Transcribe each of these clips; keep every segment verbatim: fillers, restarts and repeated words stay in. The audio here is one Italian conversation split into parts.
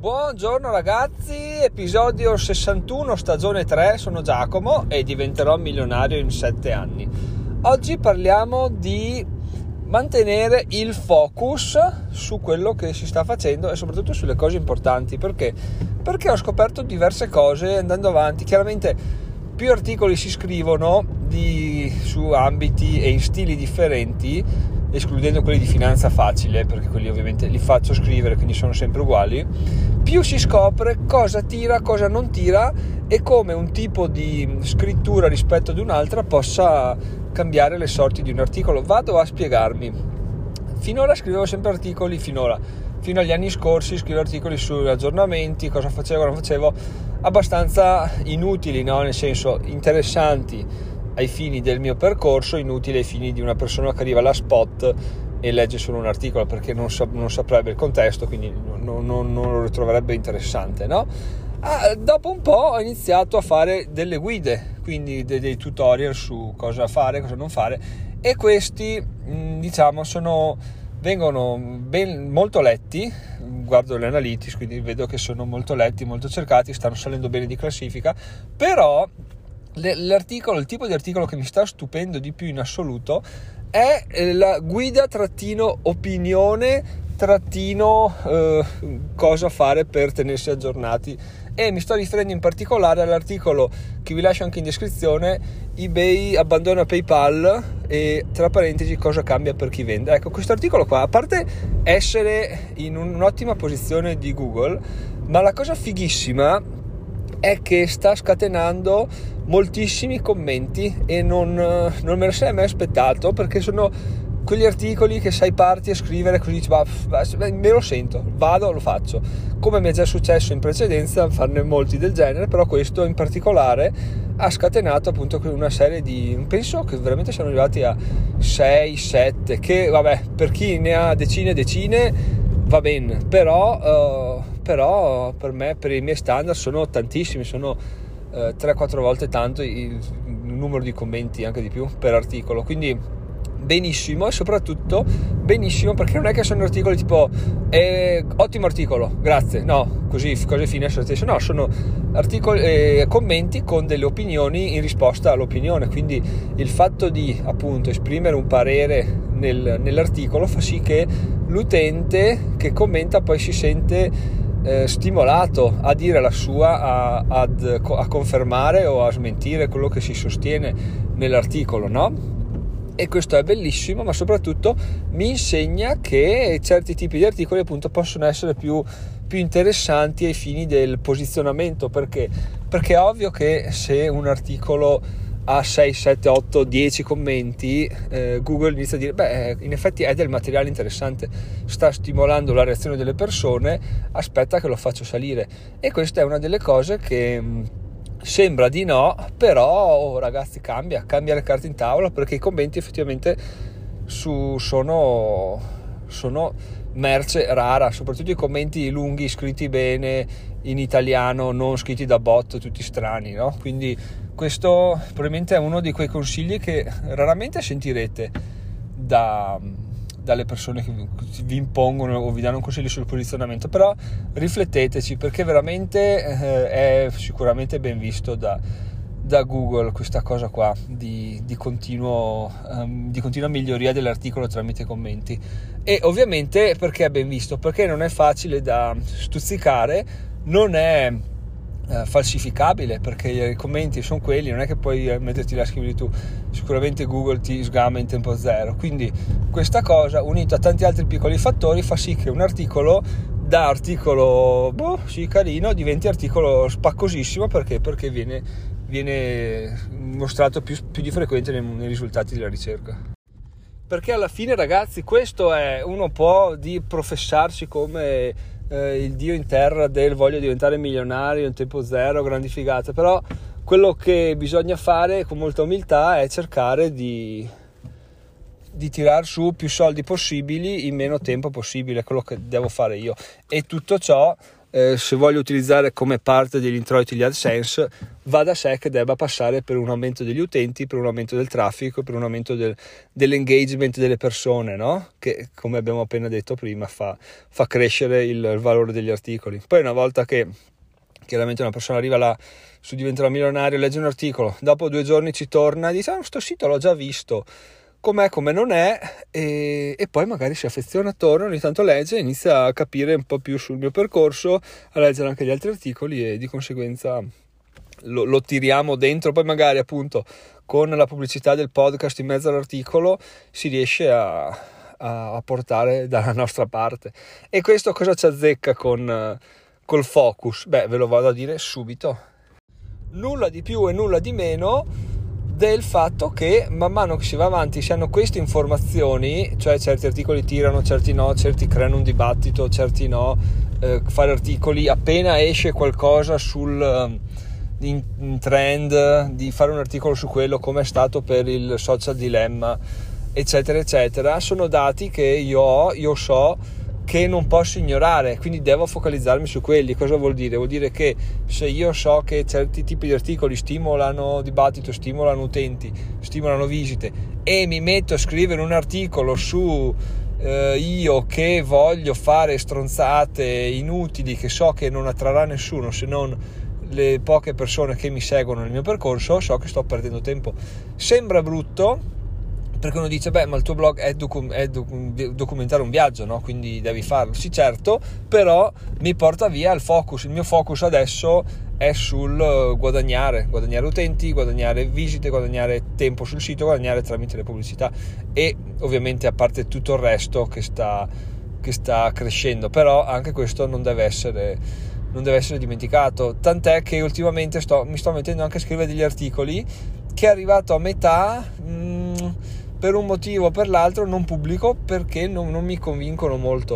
Buongiorno ragazzi, episodio sessantuno, stagione tre, sono Giacomo e diventerò milionario in sette anni. Oggi parliamo di mantenere il focus su quello che si sta facendo e soprattutto sulle cose importanti. Perché? Perché ho scoperto diverse cose andando avanti. Chiaramente più articoli si scrivono di, su ambiti e in stili differenti, escludendo quelli di finanza facile, perché quelli ovviamente li faccio scrivere, quindi sono sempre uguali, più si scopre cosa tira, cosa non tira e come un tipo di scrittura rispetto ad un'altra possa cambiare le sorti di un articolo. Vado a spiegarmi. Finora scrivevo sempre articoli, finora, fino agli anni scorsi scrivevo articoli su aggiornamenti, cosa facevo, non facevo, abbastanza inutili, no? Nel senso, interessanti ai fini del mio percorso, inutile ai fini di una persona che arriva alla spot e legge solo un articolo, perché non, sa, non saprebbe il contesto, quindi non, non, non lo ritroverebbe interessante, no? Ah, dopo un po' ho iniziato a fare delle guide, quindi dei, dei tutorial su cosa fare, cosa non fare, e questi diciamo sono vengono ben, molto letti. Guardo le analytics, quindi vedo che sono molto letti, molto cercati, stanno salendo bene di classifica. Però l'articolo, il tipo di articolo che mi sta stupendo di più in assoluto è la guida trattino opinione trattino eh, cosa fare per tenersi aggiornati, e mi sto riferendo in particolare all'articolo che vi lascio anche in descrizione: eBay abbandona PayPal e tra parentesi cosa cambia per chi vende. Ecco, questo articolo qua, a parte essere in un'ottima posizione di Google, ma la cosa fighissima è che sta scatenando moltissimi commenti e non, non me lo sarei mai aspettato, perché sono quegli articoli che sai, parti a scrivere così dici, bah, me lo sento, vado, lo faccio, come mi è già successo in precedenza farne molti del genere, però questo in particolare ha scatenato appunto una serie di, penso che veramente siamo arrivati a sei sette, che vabbè, per chi ne ha decine e decine va bene, però uh, però per me, per i miei standard, sono tantissimi, sono uh, tre quattro volte tanto il, il numero di commenti, anche di più, per articolo, quindi benissimo. E soprattutto benissimo perché non è che sono articoli tipo eh, ottimo articolo, grazie, no, così cose fine a se stesso, no, sono articoli, eh, commenti con delle opinioni in risposta all'opinione, quindi il fatto di appunto esprimere un parere nel, nell'articolo fa sì che l'utente che commenta poi si sente eh, stimolato a dire la sua, a, ad, a confermare o a smentire quello che si sostiene nell'articolo, no? E questo è bellissimo, ma soprattutto mi insegna che certi tipi di articoli appunto possono essere più, più interessanti ai fini del posizionamento. Perché? Perché è ovvio che se un articolo ha sei, sette, otto, dieci commenti, eh, Google inizia a dire beh, in effetti è del materiale interessante, sta stimolando la reazione delle persone, aspetta che lo faccio salire. E questa è una delle cose che sembra di no, però oh, ragazzi, cambia, cambia le carte in tavola, perché i commenti effettivamente su, sono, sono merce rara, soprattutto i commenti lunghi, scritti bene, in italiano, non scritti da bot, tutti strani, no? Quindi questo probabilmente è uno di quei consigli che raramente sentirete da... dalle persone che vi impongono o vi danno consigli sul posizionamento, però rifletteteci, perché veramente eh, è sicuramente ben visto da, da Google questa cosa qua di, di, continuo, um, di continua miglioria dell'articolo tramite commenti. E ovviamente perché è ben visto? Perché non è facile da stuzzicare, non è Uh, falsificabile, perché i commenti sono quelli, non è che puoi metterti là a scrivere tu, sicuramente Google ti sgama in tempo zero. Quindi questa cosa, unito a tanti altri piccoli fattori, fa sì che un articolo da articolo boh, sì, carino, diventi articolo spaccosissimo. Perché? Perché viene, viene mostrato più, più di frequente nei, nei risultati della ricerca. Perché alla fine, ragazzi, questo è uno po' di professarsi come Eh, il dio in terra del voglio diventare milionario in tempo zero, grandi figate, però quello che bisogna fare con molta umiltà è cercare di, di tirar su più soldi possibili in meno tempo possibile, quello che devo fare io. E tutto ciò, eh, se voglio utilizzare come parte degli introiti gli AdSense, va da sé che debba passare per un aumento degli utenti, per un aumento del traffico, per un aumento del, dell'engagement delle persone, no? Che, come abbiamo appena detto prima, fa, fa crescere il, il valore degli articoli. Poi una volta che chiaramente una persona arriva là, su diventerà milionario, legge un articolo, dopo due giorni ci torna e dice ah, sto sito l'ho già visto, com'è, come non è, e, e poi magari si affeziona, torna, ogni tanto legge, inizia a capire un po' più sul mio percorso, a leggere anche gli altri articoli e di conseguenza lo, lo tiriamo dentro. Poi magari appunto con la pubblicità del podcast in mezzo all'articolo si riesce a, a, a portare dalla nostra parte. E questo cosa ci azzecca con, col focus? Beh, ve lo vado a dire subito. Nulla di più e nulla di meno del fatto che man mano che si va avanti si hanno queste informazioni, cioè certi articoli tirano, certi no, certi creano un dibattito, certi no, eh, fare articoli appena esce qualcosa sul in, in trend, di fare un articolo su quello, come è stato per il social dilemma, eccetera eccetera, sono dati che io ho, io so che non posso ignorare, quindi devo focalizzarmi su quelli. Cosa vuol dire? Vuol dire che se io so che certi tipi di articoli stimolano dibattito, stimolano utenti, stimolano visite e mi metto a scrivere un articolo su eh, io che voglio fare stronzate inutili che so che non attrarrà nessuno se non le poche persone che mi seguono nel mio percorso, so che sto perdendo tempo. Sembra brutto, perché uno dice beh ma il tuo blog è, docu- è docu- documentare un viaggio, no? Quindi devi farlo. Sì certo, però mi porta via il focus. Il mio focus adesso è sul guadagnare guadagnare utenti, guadagnare visite, guadagnare tempo sul sito, guadagnare tramite le pubblicità e ovviamente a parte tutto il resto che sta, che sta crescendo. Però anche questo non deve essere non deve essere dimenticato, tant'è che ultimamente sto, mi sto mettendo anche a scrivere degli articoli che è arrivato a metà mh, per un motivo o per l'altro non pubblico perché non, non mi convincono molto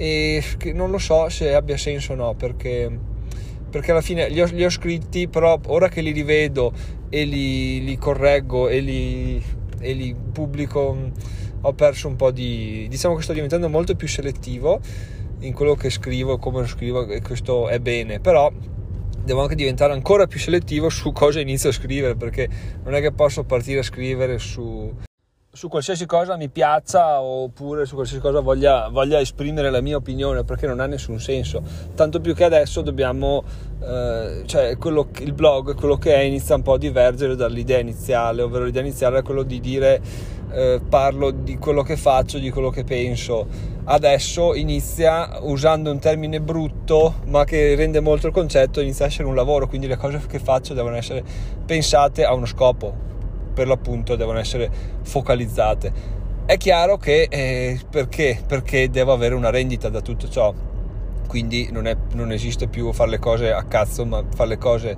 e non lo so se abbia senso o no, perché, perché alla fine li ho, li ho scritti, però ora che li rivedo e li, li correggo e li, e li pubblico ho perso un po' di, diciamo che sto diventando molto più selettivo in quello che scrivo, come lo scrivo, e questo è bene, però devo anche diventare ancora più selettivo su cosa inizio a scrivere, perché non è che posso partire a scrivere su su qualsiasi cosa mi piaccia oppure su qualsiasi cosa voglia, voglia esprimere la mia opinione, perché non ha nessun senso, tanto più che adesso dobbiamo eh, cioè quello, il blog, quello che è, inizia un po' a divergere dall'idea iniziale, ovvero l'idea iniziale è quello di dire eh, parlo di quello che faccio, di quello che penso. Adesso inizia, usando un termine brutto ma che rende molto il concetto, inizia a essere un lavoro, quindi le cose che faccio devono essere pensate a uno scopo, per l'appunto devono essere focalizzate. È chiaro che eh, perché? Perché devo avere una rendita da tutto ciò, quindi non, è, non esiste più fare le cose a cazzo, ma fare le cose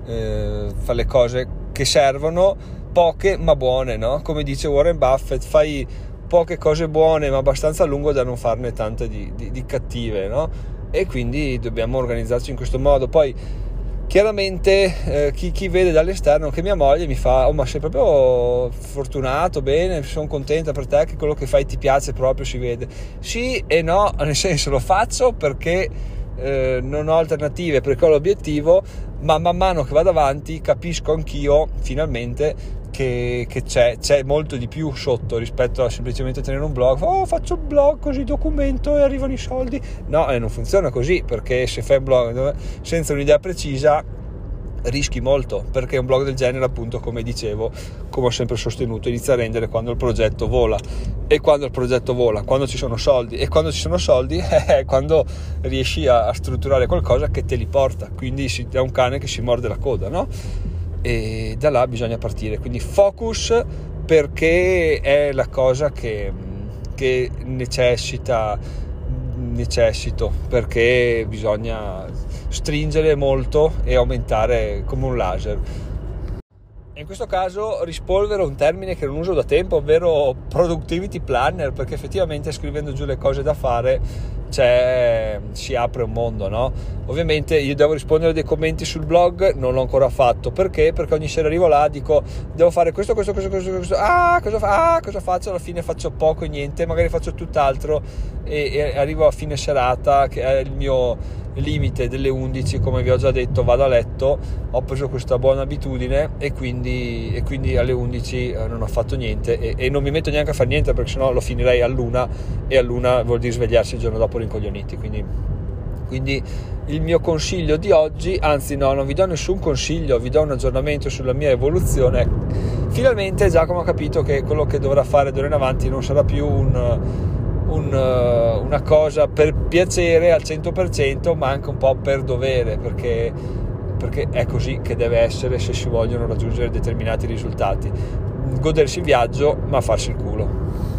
eh, fare le cose che servono, poche ma buone, no? Come dice Warren Buffett, fai poche cose buone ma abbastanza a lungo da non farne tante di, di, di cattive, no? E quindi dobbiamo organizzarci in questo modo. Poi chiaramente eh, chi, chi vede dall'esterno che mia moglie mi fa oh ma sei proprio fortunato, bene, sono contenta per te che quello che fai ti piace proprio, si vede. Sì e no, nel senso lo faccio perché eh, non ho alternative, perché ho l'obiettivo, ma man mano che vado avanti capisco anch'io finalmente che, che c'è, c'è molto di più sotto rispetto a semplicemente tenere un blog. Oh, faccio un blog così documento e arrivano i soldi. No, eh, non funziona così, perché se fai un blog senza un'idea precisa rischi molto, perché un blog del genere, appunto, come dicevo, come ho sempre sostenuto, inizia a rendere quando il progetto vola, e quando il progetto vola, quando ci sono soldi, e quando ci sono soldi è quando riesci a, a strutturare qualcosa che te li porta, quindi si, è un cane che si morde la coda, no? E da là bisogna partire, quindi focus, perché è la cosa che, che necessita necessito, perché bisogna stringere molto e aumentare come un laser. In questo caso rispolvero un termine che non uso da tempo, ovvero productivity planner, perché effettivamente scrivendo giù le cose da fare c'è, si apre un mondo, no? Ovviamente io devo rispondere dei commenti sul blog, non l'ho ancora fatto, perché? Perché ogni sera arrivo là, dico devo fare questo, questo, questo, questo, questo. Ah, cosa, fa? Ah, cosa faccio? Alla fine faccio poco e niente, magari faccio tutt'altro e, e arrivo a fine serata che è il mio limite delle undici, come vi ho già detto, vado a letto. Ho preso questa buona abitudine e quindi, e quindi alle undici eh, non ho fatto niente e, e non mi metto neanche a fare niente, perché sennò lo finirei all'una, e all'una vuol dire svegliarsi il giorno dopo rincoglioniti. Quindi, quindi il mio consiglio di oggi, anzi no, non vi do nessun consiglio, vi do un aggiornamento sulla mia evoluzione. Finalmente Giacomo ha capito che quello che dovrà fare d'ora in avanti non sarà più un, un, una cosa per piacere al cento per cento, ma anche un po' per dovere, perché, perché è così che deve essere se si vogliono raggiungere determinati risultati. Godersi il viaggio, ma farsi il culo.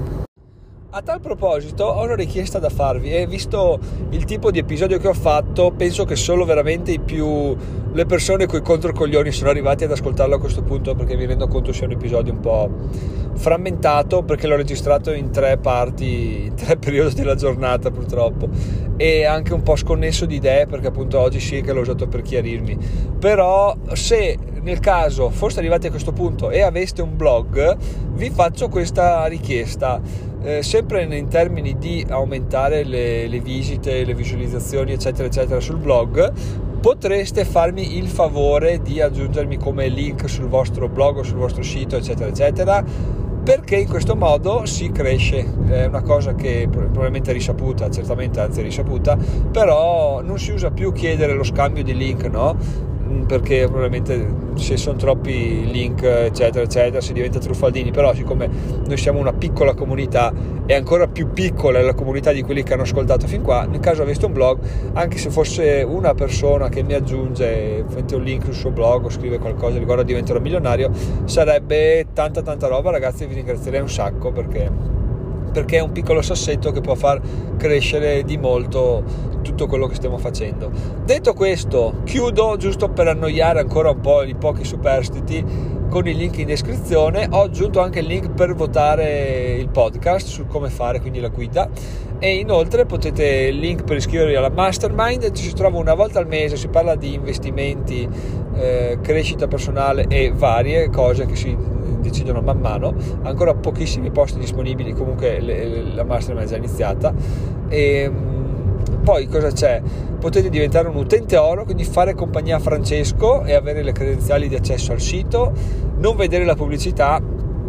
A tal proposito ho una richiesta da farvi, e visto il tipo di episodio che ho fatto, penso che solo veramente i più le persone coi controcoglioni sono arrivati ad ascoltarlo a questo punto, perché mi rendo conto sia un episodio un po' frammentato, perché l'ho registrato in tre parti, in tre periodi della giornata purtroppo, e anche un po' sconnesso di idee, perché appunto oggi sì che l'ho usato per chiarirmi. Però se nel caso foste arrivati a questo punto e aveste un blog, vi faccio questa richiesta. Eh, sempre in termini di aumentare le, le visite, le visualizzazioni eccetera eccetera sul blog, potreste farmi il favore di aggiungermi come link sul vostro blog o sul vostro sito eccetera eccetera, perché in questo modo si cresce. È una cosa che probabilmente è risaputa, certamente anzi è risaputa, però non si usa più chiedere lo scambio di link, no? Perché probabilmente se sono troppi link eccetera eccetera si diventa truffaldini. Però siccome noi siamo una piccola comunità, e ancora più piccola è la comunità di quelli che hanno ascoltato fin qua, nel caso aveste un blog, anche se fosse una persona che mi aggiunge, mette un link sul suo blog o scrive qualcosa riguardo diventerò milionario, sarebbe tanta tanta roba, ragazzi. Vi ringrazierei un sacco, perché perché è un piccolo sassetto che può far crescere di molto tutto quello che stiamo facendo. Detto questo, chiudo giusto per annoiare ancora un po' i pochi superstiti con il link in descrizione. Ho aggiunto anche il link per votare il podcast su come fare, quindi la guida, e inoltre potete il link per iscrivervi alla mastermind. Ci si trova una volta al mese, si parla di investimenti, eh, crescita personale e varie cose che si decidono man mano. Ancora pochissimi posti disponibili, comunque le, le, la mastermind è già iniziata. E poi cosa c'è? Potete diventare un utente oro, quindi fare compagnia a Francesco e avere le credenziali di accesso al sito, non vedere la pubblicità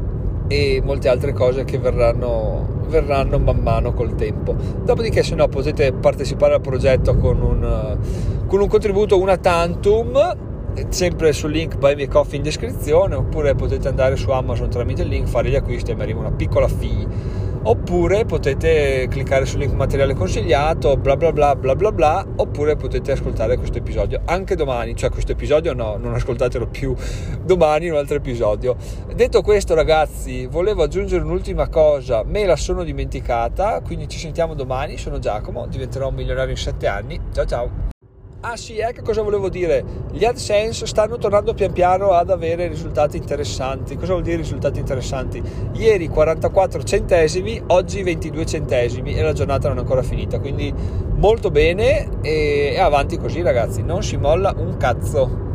e molte altre cose che verranno verranno man mano col tempo. Dopodiché, se no, potete partecipare al progetto con un, con un contributo una tantum, sempre sul link Buy Me Coffee in descrizione, oppure potete andare su Amazon tramite il link, fare gli acquisti e mi arriva una piccola fee, oppure potete cliccare sul link materiale consigliato, bla bla bla bla bla bla, oppure potete ascoltare questo episodio anche domani, cioè questo episodio no, non ascoltatelo più domani, un altro episodio. Detto questo, ragazzi, volevo aggiungere un'ultima cosa, me la sono dimenticata, quindi ci sentiamo domani. Sono Giacomo, diventerò un milionario in sette anni. Ciao ciao. Ah sì, ecco cosa volevo dire. Gli AdSense stanno tornando pian piano ad avere risultati interessanti. Cosa vuol dire risultati interessanti? Ieri quarantaquattro centesimi, oggi ventidue centesimi e la giornata non è ancora finita. Quindi molto bene, e avanti così, ragazzi, non si molla un cazzo.